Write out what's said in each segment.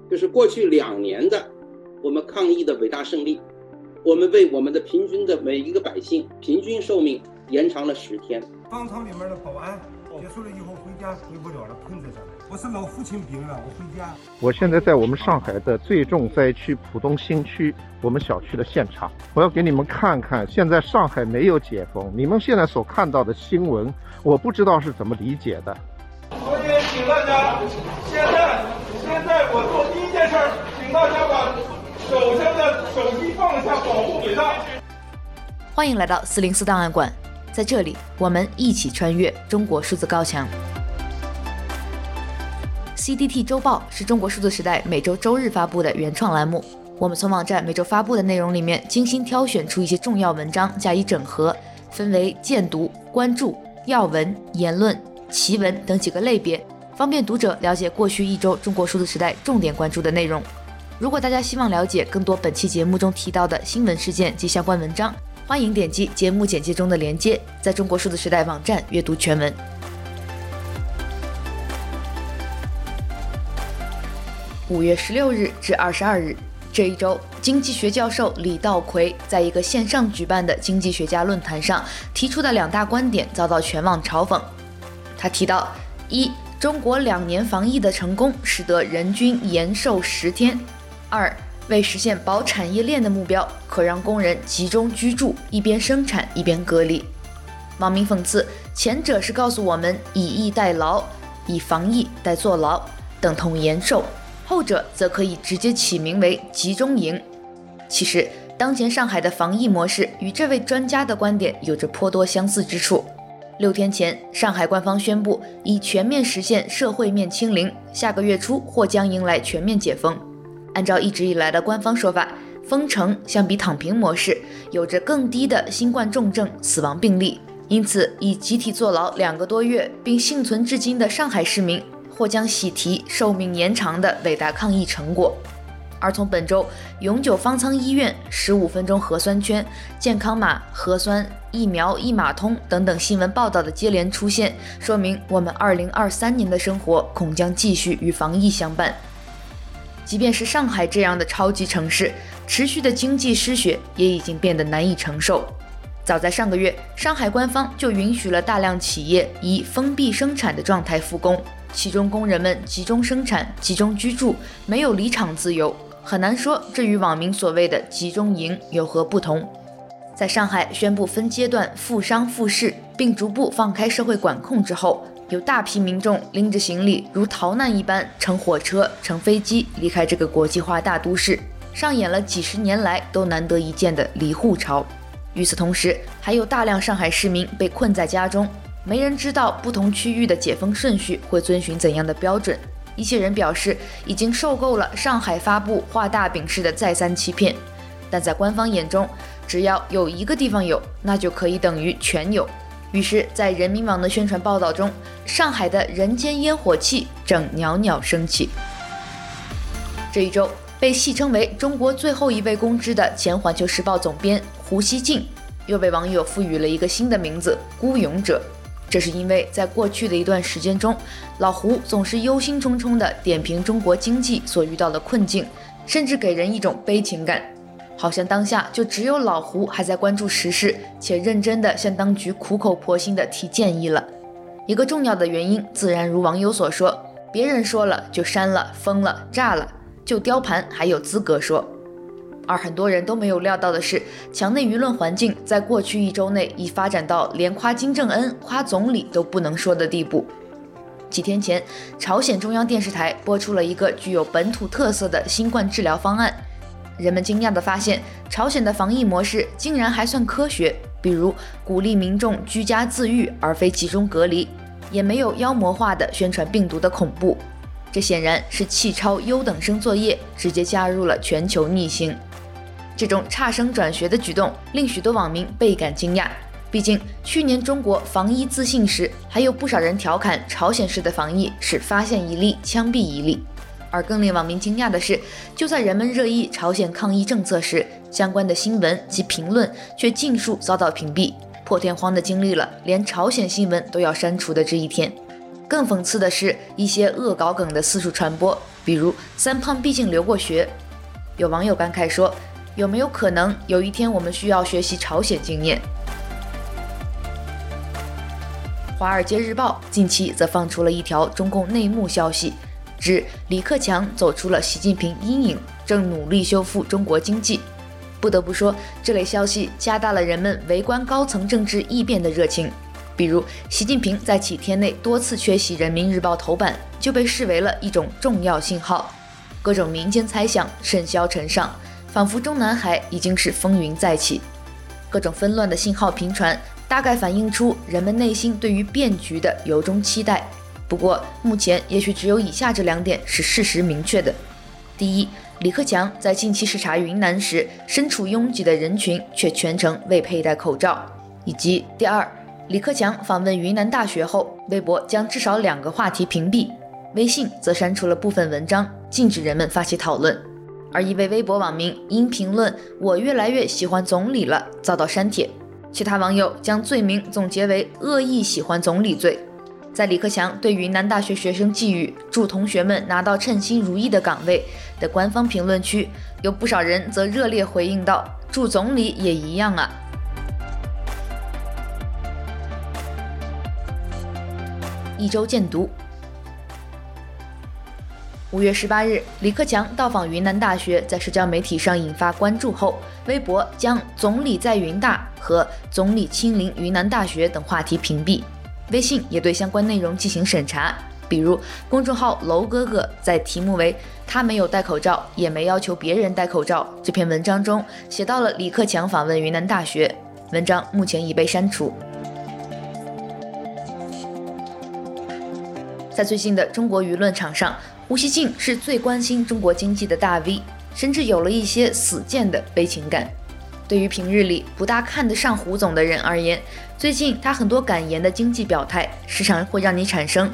就是过去2年的我们抗疫的伟大胜利，我们为我们的平均的每一个百姓平均寿命延长了10天。 方舱里面的保安结束了以后回家回不了了，困在这儿。我是老父亲病了，我回家。 我现在在我们上海的最重灾区浦东新区我们小区的现场，我要给你们看看，现在上海没有解封，你们现在所看到的新闻，我不知道是怎么理解的。 所以请大家现在我做第一件事，请大家把手上的手机放下，保护轨道。 欢迎来到404档案馆，在这里我们一起穿越中国数字高墙。CDT 周报是中国数字时代每周周日发布的原创栏目，我们从网站每周发布的内容里面精心挑选出一些重要文章加以整合，分为荐读、关注、要闻、言论、奇闻等几个类别，方便读者了解过去一周中国数字时代重点关注的内容。如果大家希望了解更多本期节目中提到的新闻事件及相关文章，欢迎点击节目简介中的连接，在中国数字时代网站阅读全文。5月16日至22日，这一周，经济学教授李道葵在一个线上举办的经济学家论坛上提出的2大观点遭到全网嘲讽。他提到：1. 中国2年防疫的成功使得人均延寿10天； 2. 为实现保产业链的目标，可让工人集中居住，一边生产一边隔离。网民讽刺，前者是告诉我们以逸待劳，以防疫代坐牢，等同延寿；后者则可以直接起名为集中营。其实，当前上海的防疫模式与这位专家的观点有着颇多相似之处。6天前，上海官方宣布已全面实现社会面清零，下个月初或将迎来全面解封。按照一直以来的官方说法，封城相比躺平模式有着更低的新冠重症死亡病例，因此以集体坐牢2个多月并幸存至今的上海市民或将喜提寿命延长的伟大抗疫成果。而从本周永久方舱医院15分钟核酸圈、健康码、核酸、疫苗一码通等等新闻报道的接连出现，说明我们2023年的生活恐将继续与防疫相伴。即便是上海这样的超级城市，持续的经济失血也已经变得难以承受。早在上个月，上海官方就允许了大量企业以封闭生产的状态复工，其中工人们集中生产、集中居住，没有离场自由。很难说这与网民所谓的集中营有何不同。在上海宣布分阶段复商复市，并逐步放开社会管控之后，有大批民众拎着行李如逃难一般乘火车、乘飞机离开这个国际化大都市，上演了几十年来都难得一见的离沪潮。与此同时，还有大量上海市民被困在家中，没人知道不同区域的解封顺序会遵循怎样的标准。一些人表示已经受够了上海发布画大饼式的再三欺骗，但在官方眼中，只要有一个地方有，那就可以等于全有。于是，在人民网的宣传报道中，上海的人间烟火气正袅袅升起。这一周，被戏称为中国最后一位公知的前环球时报总编胡锡进，又被网友赋予了一个新的名字——孤勇者。这是因为在过去的一段时间中，老胡总是忧心忡忡地点评中国经济所遇到的困境，甚至给人一种悲情感，好像当下就只有老胡还在关注时事，且认真地向当局苦口婆心地提建议了。一个重要的原因，自然如网友所说，别人说了就删了、封了、炸了，就雕盘还有资格说。而很多人都没有料到的是，墙内舆论环境在过去1周内已发展到连夸金正恩、夸总理都不能说的地步。几天前，朝鲜中央电视台播出了一个具有本土特色的新冠治疗方案，人们惊讶地发现，朝鲜的防疫模式竟然还算科学，比如鼓励民众居家自愈而非集中隔离，也没有妖魔化的宣传病毒的恐怖。这显然是弃抄优等生作业，直接加入了全球逆行。这种差生转学的举动令许多网民倍感惊讶，毕竟去年中国防疫自信时，还有不少人调侃朝鲜式的防疫是发现一例枪毙一例。而更令网民惊讶的是，就在人们热议朝鲜抗疫政策时，相关的新闻及评论却尽数遭到屏蔽，破天荒地经历了连朝鲜新闻都要删除的这一天。更讽刺的是，一些恶搞梗的四处传播， 比如三胖毕竟留过学。有网友感慨说，有没有可能有一天我们需要学习朝鲜经验？华尔街日报近期则放出了一条中共内幕消息，指李克强走出了习近平阴影，正努力修复中国经济。不得不说，这类消息加大了人们围观高层政治异变的热情。比如习近平在几天内多次缺席人民日报头版，就被视为了一种重要信号。各种民间猜想甚嚣尘上，仿佛中南海已经是风云再起。各种纷乱的信号频传，大概反映出人们内心对于变局的由衷期待。不过目前也许只有以下这2点是事实明确的。第一，李克强在近期视察云南时，身处拥挤的人群却全程未佩戴口罩。以及第二，李克强访问云南大学后，微博将至少2个话题屏蔽，微信则删除了部分文章，禁止人们发起讨论。而一位微博网民因评论“我越来越喜欢总理了”遭到删帖，其他网友将罪名总结为恶意喜欢总理罪。在李克强对云南大学学生寄语祝同学们拿到称心如意的岗位的官方评论区，有不少人则热烈回应道：祝总理也一样啊。一周见读。5月18日，李克强到访云南大学，在社交媒体上引发关注后，微博将“总理在云大”和“总理亲临云南大学”等话题屏蔽，微信也对相关内容进行审查。比如，公众号“楼哥哥”在题目为“他没有戴口罩，也没要求别人戴口罩”这篇文章中写到了李克强访问云南大学，文章目前已被删除。在最近的中国舆论场上，胡锡进是最关心中国经济的大 V， 甚至有了一些死谏的悲情感。对于平日里不大看得上胡总的人而言，最近他很多感言的经济表态，时常会让你产生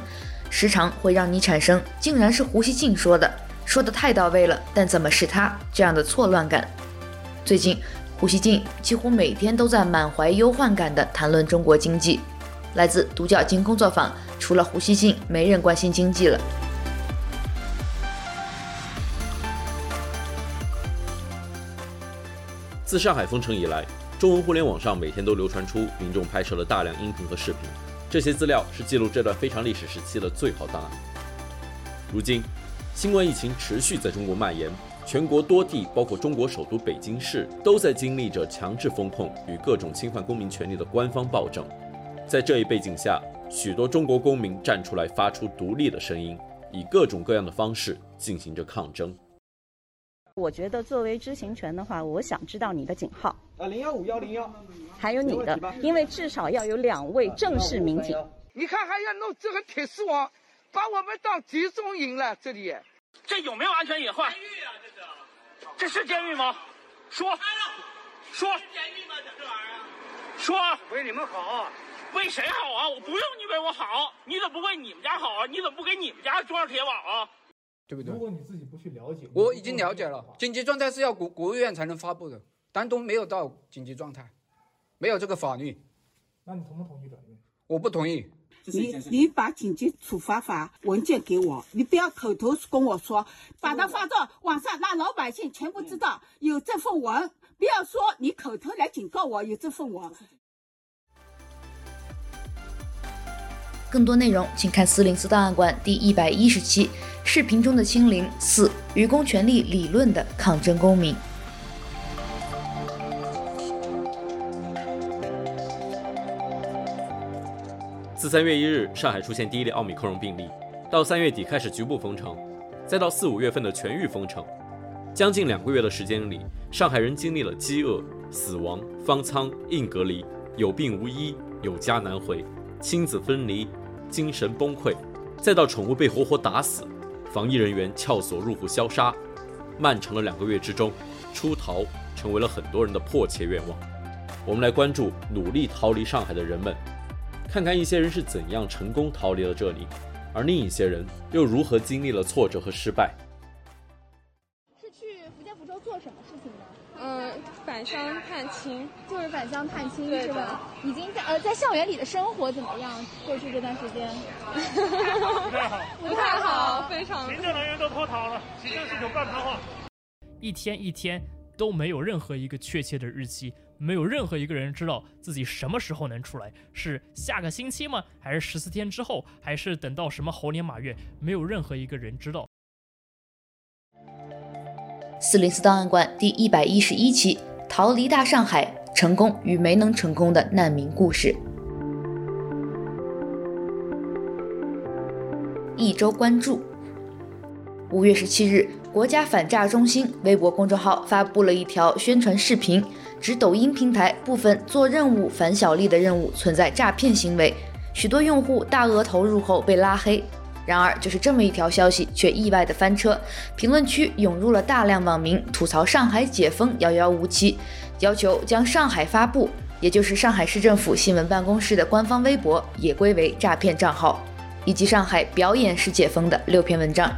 竟然是胡锡进说的太到位了，但怎么是他这样的错乱感。最近胡锡进几乎每天都在满怀忧患感地谈论中国经济。来自独角鲸工作坊，除了胡锡进，没人关心经济了。 自上海封城以来，中文互联网上每天都流传出民众拍摄了大量音频和视频，这些资料是记录这段非常历史时期的最好档案。如今，新冠疫情持续在中国蔓延，全国多地，包括中国首都北京市，都在经历着强制封控与各种侵犯公民权利的官方暴政。在这一背景下，许多中国公民站出来发出独立的声音，以各种各样的方式进行着抗争。 我觉得作为知情权的话，我想知道你的警号 015101， 还有你的，因为至少要有2位正式民警。 你看还要弄这个铁丝网，把我们当集中营了，这里这有没有安全隐患？这是监狱吗？说监狱吗？这玩意儿说为你们好。 为谁好啊？我不用你为我好，你怎么不为你们家好啊？你怎么不给你们家装上铁网啊？ 对不对？ 如果你自己不去了解， 我已经了解了，紧急状态是要国务院才能发布的，丹东没有到紧急状态，没有这个法律。 那你同不同意转运？ 我不同意。 你把紧急处罚法文件给我，你不要口头跟我说，把它放到网上，让老百姓全部知道有这份文，不要说你口头来警告我有这份文。 更多内容请看404档案馆第110期，视频中的清零4，愚公权力理论的抗争公民。 自3月1日，上海出现第一例奥密克戎病例，到3月底开始局部封城，再到4、5月份的全域封城，将近2个月的时间里，上海人经历了饥饿、死亡、方舱、硬隔离、有病无医、有家难回、亲子分离、精神崩溃，再到宠物被活活打死，防疫人员撬锁入户消杀。漫长的2个月之中，出逃成为了很多人的迫切愿望。我们来关注努力逃离上海的人们，看看一些人是怎样成功逃离了这里，而另一些人又如何经历了挫折和失败。 是去福建福州做什么事情呢？ 返乡探亲，就是返乡探亲是吧？已经在校园里的生活怎么样？过去这段时间不太好，非常。行政人员都脱逃了，行政系统半瘫痪。 一天一天都没有任何一个确切的日期，没有任何一个人知道自己什么时候能出来，是下个星期吗？还是14天之后？还是等到什么猴年马月？没有任何一个人知道。 404档案馆第111期：逃离大上海，成功与没能成功的难民故事。一周关注。5月17日，国家反诈中心微博公众号发布了一条宣传视频，指抖音平台部分做任务返小利的任务存在诈骗行为，许多用户大额投入后被拉黑。然而，就是这么一条消息却意外的翻车，评论区涌入了大量网民吐槽上海解封遥遥无期，要求将上海发布，也就是上海市政府新闻办公室的官方微博也归为诈骗账号，以及上海表演是解封的6篇文章。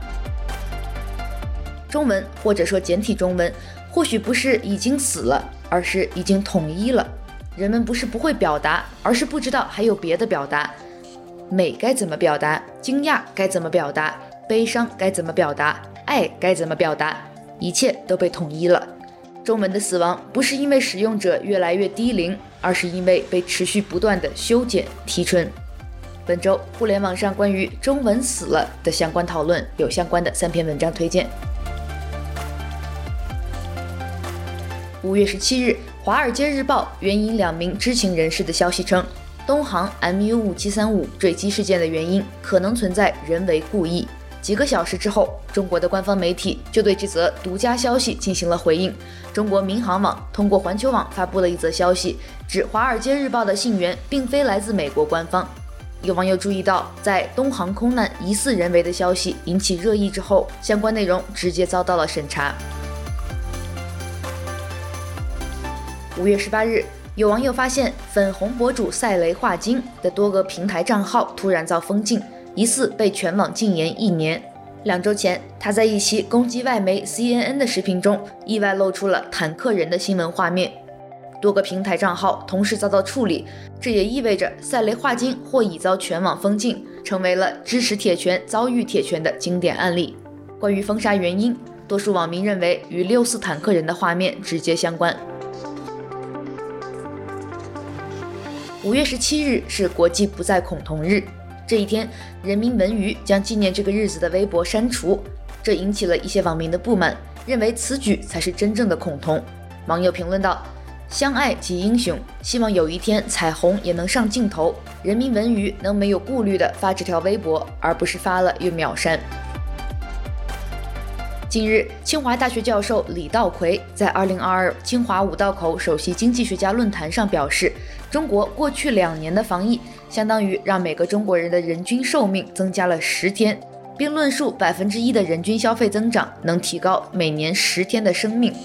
中文或者说简体中文，或许不是已经死了，而是已经统一了。人们不是不会表达，而是不知道还有别的表达。美该怎么表达？惊讶该怎么表达？悲伤该怎么表达？爱该怎么表达？一切都被统一了。中文的死亡不是因为使用者越来越低龄，而是因为被持续不断的修剪提纯。本周互联网上关于中文死了的相关讨论，有相关的3篇文章推荐。5月17日，《华尔街日报》援引2名知情人士的消息称，东航 MU5735 坠机事件的原因可能存在人为故意。几个小时之后，中国的官方媒体就对这则独家消息进行了回应。中国民航网通过环球网发布了一则消息，指《华尔街日报》的信源并非来自美国官方。有网友注意到，在东航空难疑似人为的消息引起热议之后，相关内容直接遭到了审查。5月18日，有网友发现粉红博主赛雷画精的多个平台账号突然遭封禁，疑似被全网禁言1年。2周前，他在一期攻击外媒 CNN 的视频中，意外露出了坦克人的新闻画面。多个平台账号同时遭到处理，这也意味着赛雷画精或已遭全网封禁，成为了支持铁拳遭遇铁拳的经典案例。关于封杀原因，多数网民认为与64坦克人的画面直接相关。5月17日是国际不再恐同日，这一天，人民文娱将纪念这个日子的微博删除，这引起了一些网民的不满，认为此举才是真正的恐同。网友评论道：“相爱即英雄，希望有一天彩虹也能上镜头，人民文娱能没有顾虑地发这条微博，而不是发了又秒删。”近日，清华大学教授李道奎在2022清华五道口首席经济学家论坛上表示，中国过去2年的防疫相当于让每个中国人的人均寿命增加了10天，并论述1%的人均消费增长能提高每年10天的生命。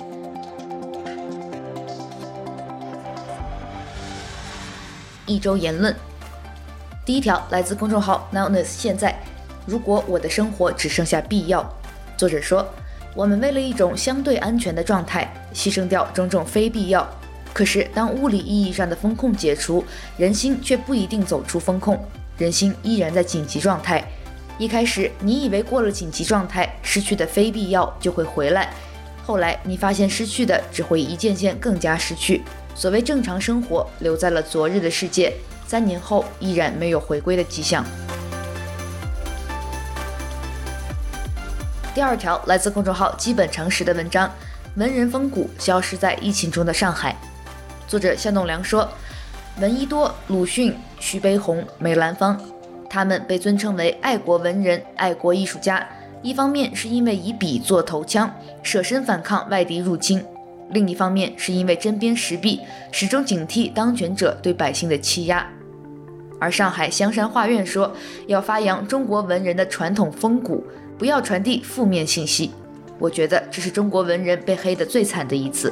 一周言论，第一条来自公众号 Nowness 现在，如果我的生活只剩下必要。作者说，我们为了一种相对安全的状态，牺牲掉种种非必要。可是当物理意义上的风控解除，人心却不一定走出风控，人心依然在紧急状态。一开始你以为过了紧急状态，失去的非必要就会回来，后来你发现失去的只会一件件更加失去。所谓正常生活留在了昨日的世界，3年后依然没有回归的迹象。第2条来自公众号基本常识的文章，文人风骨消失在疫情中的上海。作者向栋梁说，闻一多、鲁迅、徐悲鸿、梅兰芳，他们被尊称为爱国文人、爱国艺术家，一方面是因为以笔作头枪，舍身反抗外敌入侵，另一方面是因为针砭时弊，始终警惕当权者对百姓的欺压。而上海香山画院说，要发扬中国文人的传统风骨，不要传递负面信息。我觉得这是中国文人被黑得最惨的一次。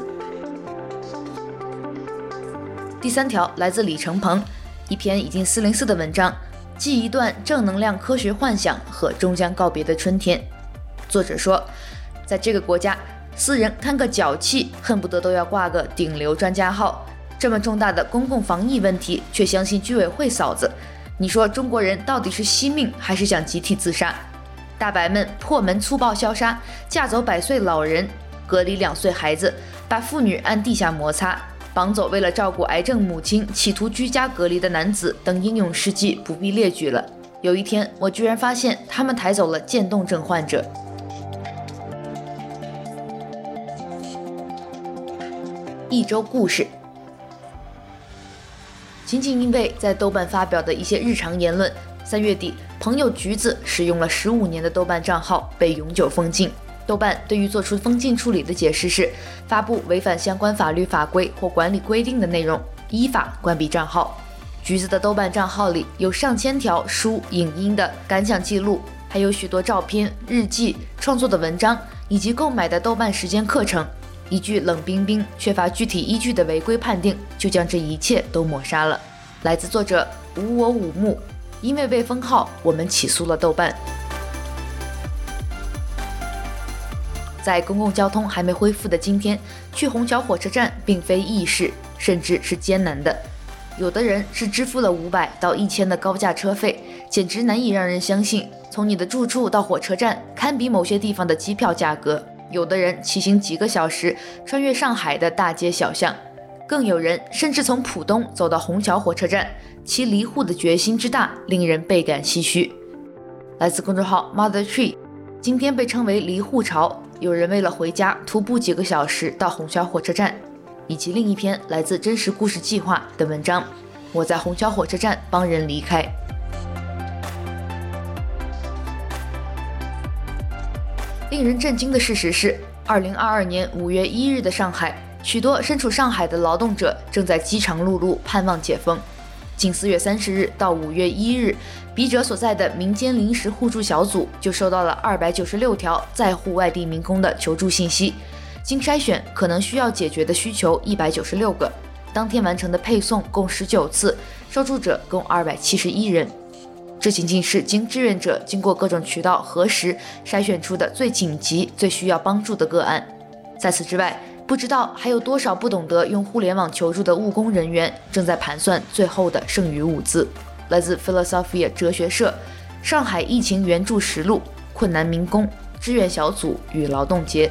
第3条来自李承鹏，一篇已经404的文章，记一段正能量科学幻想和终将告别的春天。作者说，在这个国家， 私人看个脚气，恨不得都要挂个顶流专家号。这么重大的公共防疫问题，却相信居委会嫂子，你说中国人到底是惜命还是想集体自杀？大白们破门粗暴消杀，架走100岁老人，隔离2岁孩子，把妇女按地下摩擦，绑走为了照顾癌症母亲企图居家隔离的男子等英勇事迹不必列举了。有一天，我居然发现他们抬走了渐冻症患者。一周故事。仅仅因为在豆瓣发表的一些日常言论，3月底，朋友橘子使用了15年的豆瓣账号被永久封禁。豆瓣对于做出封禁处理的解释是，发布违反相关法律法规或管理规定的内容，依法关闭账号。橘子的豆瓣账号里有上千条书、影音的感想记录，还有许多照片、日记、创作的文章，以及购买的豆瓣时间课程。一句冷冰冰、缺乏具体依据的违规判定，就将这一切都抹杀了。来自作者无我五木，因为未封号，我们起诉了豆瓣。在公共交通还没恢复的今天，去虹桥火车站并非易事，甚至是艰难的。有的人是支付了500到1000的高价车费，简直难以让人相信，从你的住处到火车站，堪比某些地方的机票价格。有的人骑行几个小时，穿越上海的大街小巷，更有人甚至从浦东走到虹桥火车站，其离沪的决心之大，令人倍感唏嘘。来自公众号 Mother Tree， 今天被称为离沪潮，有人为了回家徒步几个小时到虹桥火车站，以及另一篇来自真实故事计划的文章，我在虹桥火车站帮人离开。令人震惊的事实是，2022年5月1日的上海，许多身处上海的劳动者正在饥肠辘辘盼望解封。仅4月30日到5月1日，笔者所在的民间临时互助小组就收到了296条在沪外地民工的求助信息，经筛选可能需要解决的需求196个，当天完成的配送共19次，受助者共271人。这仅仅是经志愿者经过各种渠道核实筛选出的最紧急、最需要帮助的个案。在此之外，不知道还有多少不懂得用互联网求助的务工人员正在盘算最后的剩余物资。来自 Philosophia 哲学社，上海疫情援助实录，困难民工、志愿小组与劳动节。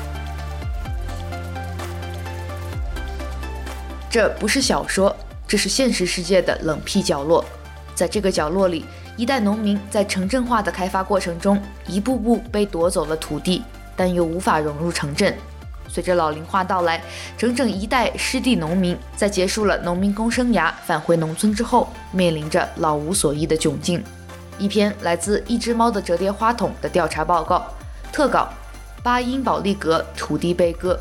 这不是小说，这是现实世界的冷僻角落。在这个角落里，一代农民在城镇化的开发过程中，一步步被夺走了土地，但又无法融入城镇。随着老龄化到来，整整一代失地农民在结束了农民工生涯返回农村之后，面临着老无所依的窘境。一篇来自一只猫的折叠花筒的调查报告，特稿巴音保利格土地悲歌。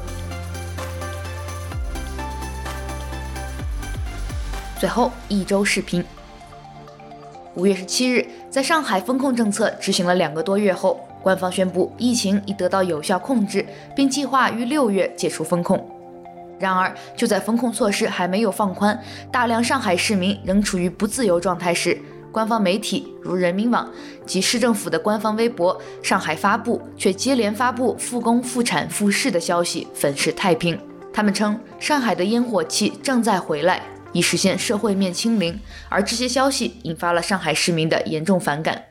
最后一周视频。5月17日，在上海封控政策执行了2个多月后，官方宣布疫情已得到有效控制，并计划于6月解除封控。然而，就在封控措施还没有放宽，大量上海市民仍处于不自由状态时，官方媒体如人民网及市政府的官方微博上海发布却接连发布复工复产复市的消息，粉饰太平。他们称上海的烟火气正在回来，以实现社会面清零，而这些消息引发了上海市民的严重反感。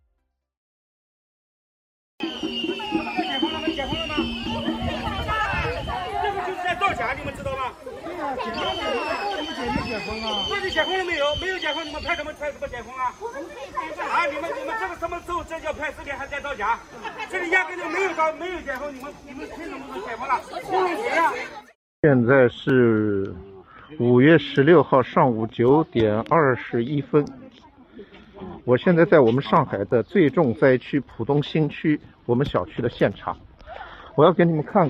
你们知道吗？到底解封了没有？没有解封，你们拍什么解封啊？啊，你们这个什么时候这叫拍视频还在造假？这里压根就没有解封，你们凭什么说解封了？糊弄谁呀？ 现在是5月16号上午9点21分，我现在在我们上海的最重灾区浦东新区我们小区的现场，我要给你们看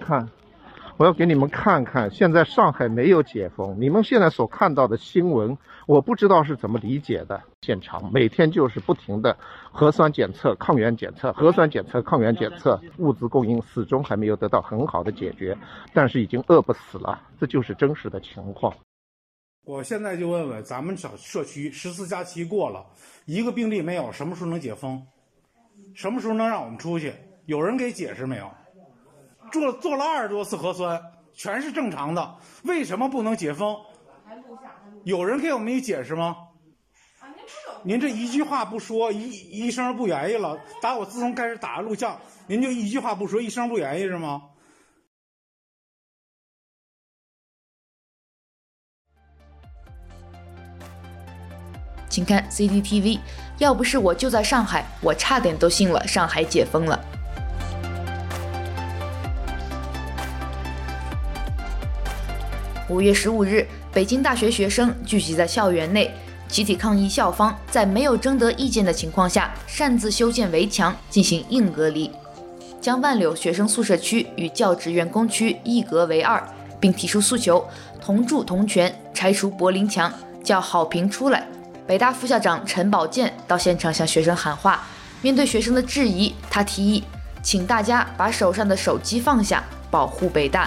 看，现在上海没有解封，你们现在所看到的新闻，我不知道是怎么理解的。现场每天就是不停的核酸检测、抗原检测、核酸检测、抗原检测，物资供应始终还没有得到很好的解决，但是已经饿不死了，这就是真实的情况。 我现在就问问咱们小社区14+7过了，一个病例没有，什么时候能解封？什么时候能让我们出去？有人给解释没有？ 做了20多次核酸，全是正常的，为什么不能解封？有人给我们一解释吗？您这一句话不说，一声不愿意了。我自从开始打录像，您就一句话不说，一声不愿意是吗？ 请看 CCTV， 要不是我就在上海，我差点都信了上海解封了。5月15日，北京大学学生聚集在校园内，集体抗议校方在没有征得意见的情况下，擅自修建围墙进行硬隔离，将万柳学生宿舍区与教职员工区一隔为2，并提出诉求：同住同权，拆除柏林墙，叫郝平出来。北大副校长陈宝剑到现场向学生喊话，面对学生的质疑，他提议请大家把手上的手机放下，保护北大。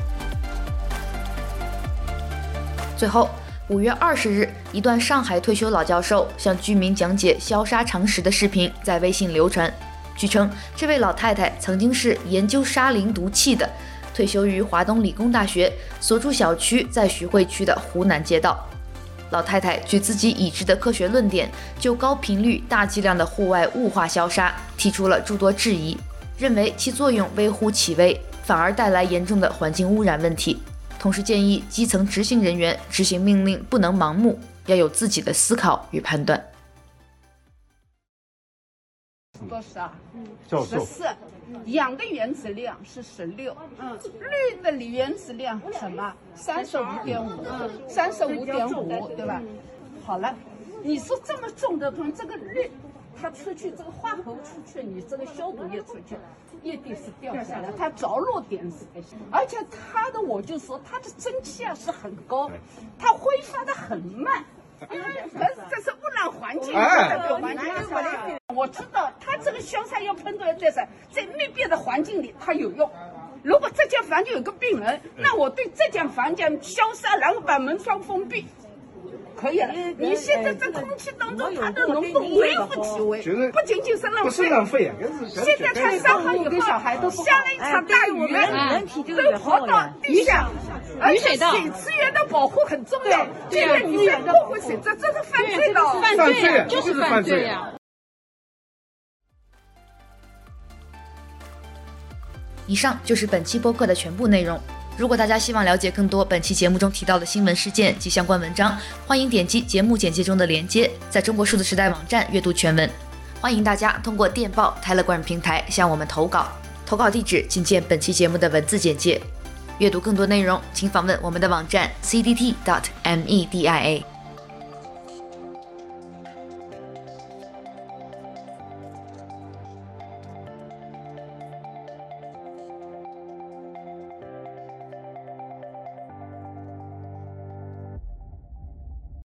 最后5月20日，一段上海退休老教授向居民讲解消杀常识的视频在微信流传。据称，这位老太太曾经是研究沙林毒气的，退休于华东理工大学，所住小区在徐汇区的湖南街道。老太太据自己已知的科学论点，就高频率、大剂量的户外雾化消杀提出了诸多质疑，认为其作用微乎其微，反而带来严重的环境污染问题。同时建议基层执行人员执行命令不能盲目，要有自己的思考与判断。 多少 ？14。 氧的原子量是16，氯的原子量什么？35.5，对吧？好了，你说这么重的东西，这个氯它出去，这个化合物出去，你这个消毒液出去，一定是掉下来，它着落点是不行，而且它的我就说它的蒸汽是很高，它挥发的很慢。因为这是污染环境，我知道它这个消杀要喷到在密闭的环境里它有用。如果这间房间有个病人，那我对这间房间消杀，然后把门窗封闭，可以了。你现在在空气当中它的浓度微乎其微，不仅仅是浪费，不是浪费，现在它伤害以后，下了一场大雨，都跑到地下。而且水资源的保护很重要，这个你在破坏水质，这是犯罪的，犯罪就是犯罪啊！ 以上就是本期播客的全部内容。如果大家希望了解更多本期节目中提到的新闻事件及相关文章，欢迎点击节目简介中的连接，在中国数字时代网站阅读全文。欢迎大家通过电报 Telegram 平台向我们投稿，投稿地址请见本期节目的文字简介。阅读更多内容，请访问我们的网站 cdt.media。